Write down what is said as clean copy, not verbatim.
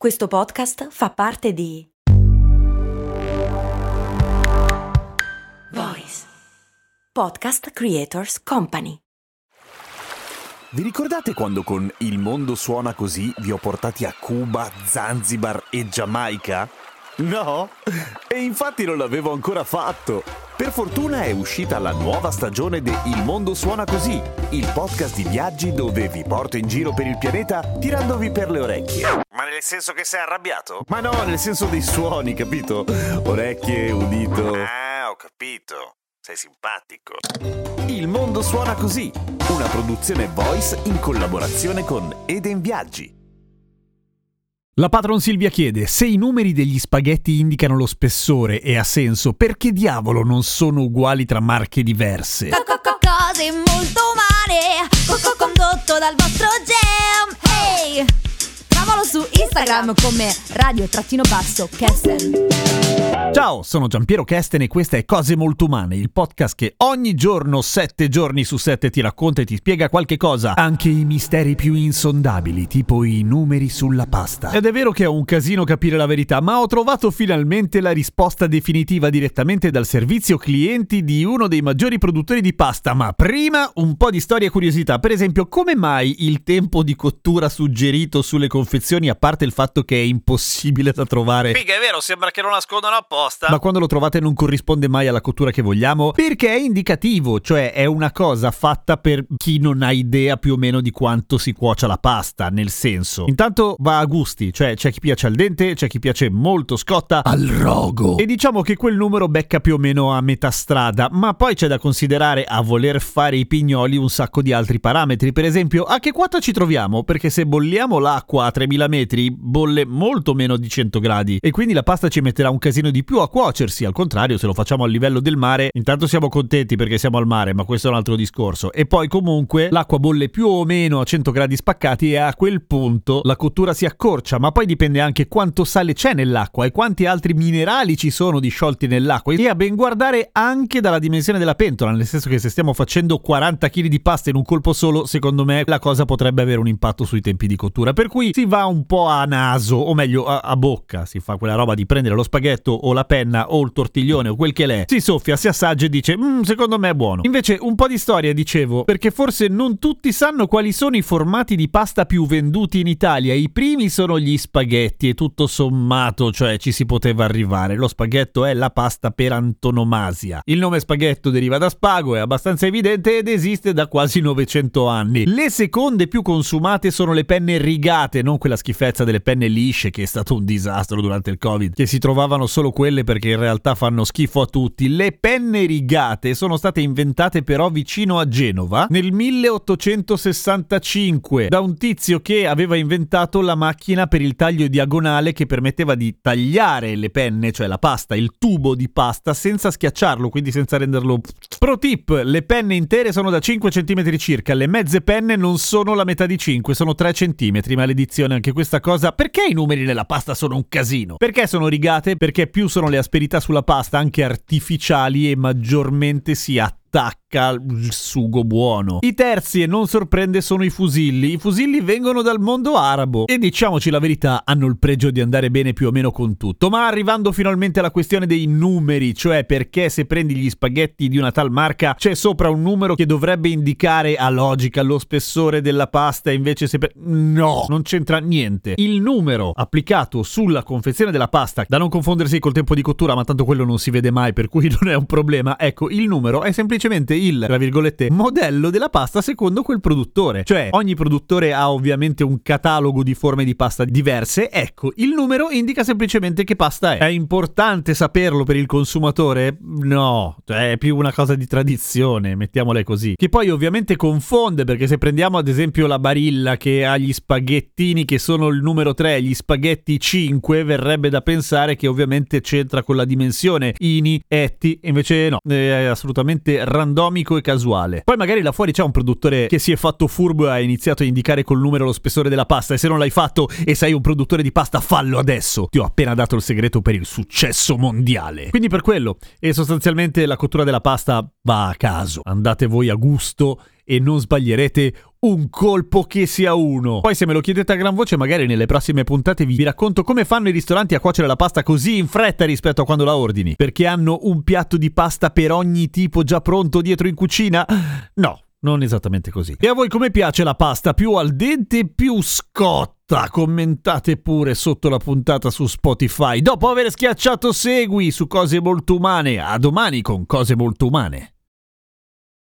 Questo podcast fa parte di Voice Podcast Creators Company. Vi ricordate quando con Il mondo suona così vi ho portati a Cuba, Zanzibar e Giamaica? No? E infatti non l'avevo ancora fatto. Per fortuna è uscita la nuova stagione di Il mondo suona così, il podcast di viaggi dove vi porto in giro per il pianeta tirandovi per le orecchie. Ma nel senso che sei arrabbiato? Ma no, nel senso dei suoni, capito? Orecchie, udito. Ah, ho capito. Sei simpatico. Il mondo suona così, una produzione Voice in collaborazione con Eden Viaggi. La patron Silvia chiede: se i numeri degli spaghetti indicano lo spessore e ha senso, perché diavolo non sono uguali tra marche diverse? Cose molto umane, condotto dal vostro Gem. Hey! Trovalo su Instagram come radio_Kesten. Ciao, sono Giampiero Kesten e questa è Cose Molto Umane, il podcast che ogni giorno, 7 giorni su 7 ti racconta e ti spiega qualche cosa, anche i misteri più insondabili, tipo i numeri sulla pasta. Ed è vero che è un casino capire la verità, ma ho trovato finalmente la risposta definitiva direttamente dal servizio clienti di uno dei maggiori produttori di pasta. Ma prima un po' di storia e curiosità. Per esempio, come mai il tempo di cottura suggerito sulle confezioni, a parte il fatto che è impossibile da trovare? Figa, è vero, sembra che non nascondano apposta. Ma quando lo trovate non corrisponde mai alla cottura che vogliamo? Perché è indicativo, cioè è una cosa fatta per chi non ha idea più o meno di quanto si cuocia la pasta, nel senso. Intanto va a gusti, cioè c'è chi piace al dente, c'è chi piace molto scotta, al rogo. E diciamo che quel numero becca più o meno a metà strada, ma poi c'è da considerare, a voler fare i pignoli, un sacco di altri parametri. Per esempio, a che quota ci troviamo? Perché se bolliamo l'acqua a 3000 metri, bolle molto meno di 100 gradi e quindi la pasta ci metterà un casino di più a cuocersi. Al contrario, se lo facciamo al livello del mare, intanto siamo contenti perché siamo al mare, ma questo è un altro discorso. E poi comunque l'acqua bolle più o meno a 100 gradi spaccati e a quel punto la cottura si accorcia, ma poi dipende anche quanto sale c'è nell'acqua e quanti altri minerali ci sono disciolti nell'acqua, e a ben guardare anche dalla dimensione della pentola, nel senso che se stiamo facendo 40 kg di pasta in un colpo solo, secondo me la cosa potrebbe avere un impatto sui tempi di cottura, per cui si va un po' a naso, o meglio a bocca, si fa quella roba di prendere lo spaghetto o la penna o il tortiglione o quel che l'è, si soffia, si assaggia e dice secondo me è buono. Invece un po' di storia, dicevo, perché forse non tutti sanno quali sono i formati di pasta più venduti in Italia. I primi sono gli spaghetti e tutto sommato, cioè ci si poteva arrivare. Lo spaghetto è la pasta per antonomasia. Il nome spaghetto deriva da spago, è abbastanza evidente ed esiste da quasi 900 anni. Le seconde più consumate sono le penne rigate, non quella schifezza delle penne lisce che è stato un disastro durante il Covid, che si trovavano solo quelle perché in realtà fanno schifo a tutti. Le penne rigate sono state inventate però vicino a Genova nel 1865 da un tizio che aveva inventato la macchina per il taglio diagonale che permetteva di tagliare le penne, cioè la pasta, il tubo di pasta, senza schiacciarlo, quindi senza renderlo... Pro tip: le penne intere sono da 5 cm circa, le mezze penne non sono la metà di 5, sono 3 cm. Maledizione anche questa cosa. Perché i numeri nella pasta sono un casino? Perché sono rigate? Perché più sono le asperità sulla pasta, anche artificiali, e maggiormente si attacca il sugo buono. I terzi, e non sorprende, sono i fusilli. I fusilli vengono dal mondo arabo e, diciamoci la verità, hanno il pregio di andare bene più o meno con tutto. Ma arrivando finalmente alla questione dei numeri, cioè perché se prendi gli spaghetti di una tal marca c'è sopra un numero che dovrebbe indicare a logica lo spessore della pasta, e invece no, non c'entra niente. Il numero applicato sulla confezione della pasta, da non confondersi col tempo di cottura, ma tanto quello non si vede mai, per cui non è un problema. Ecco, il numero è semplicemente il, tra virgolette, modello della pasta secondo quel produttore. Cioè, ogni produttore ha ovviamente un catalogo di forme di pasta diverse. Ecco, il numero indica semplicemente che pasta è. È importante saperlo per il consumatore? No, cioè è più una cosa di tradizione, mettiamola così. Che poi ovviamente confonde, perché se prendiamo ad esempio la Barilla che ha gli spaghettini che sono il numero 3 e gli spaghetti 5, verrebbe da pensare che ovviamente c'entra con la dimensione ini, etti, invece no, è assolutamente randomico e casuale. Poi magari là fuori c'è un produttore che si è fatto furbo e ha iniziato a indicare col numero lo spessore della pasta, e se non l'hai fatto e sei un produttore di pasta, fallo adesso. Ti ho appena dato il segreto per il successo mondiale. Quindi per quello, e sostanzialmente la cottura della pasta va a caso. Andate voi a gusto e non sbaglierete un colpo che sia uno. Poi se me lo chiedete a gran voce, magari nelle prossime puntate vi racconto come fanno i ristoranti a cuocere la pasta così in fretta rispetto a quando la ordini. Perché hanno un piatto di pasta per ogni tipo già pronto dietro in cucina? No, non esattamente così. E a voi come piace la pasta? Più al dente, più scotta? Commentate pure sotto la puntata su Spotify. Dopo aver schiacciato segui su Cose Molto Umane. A domani con Cose Molto Umane.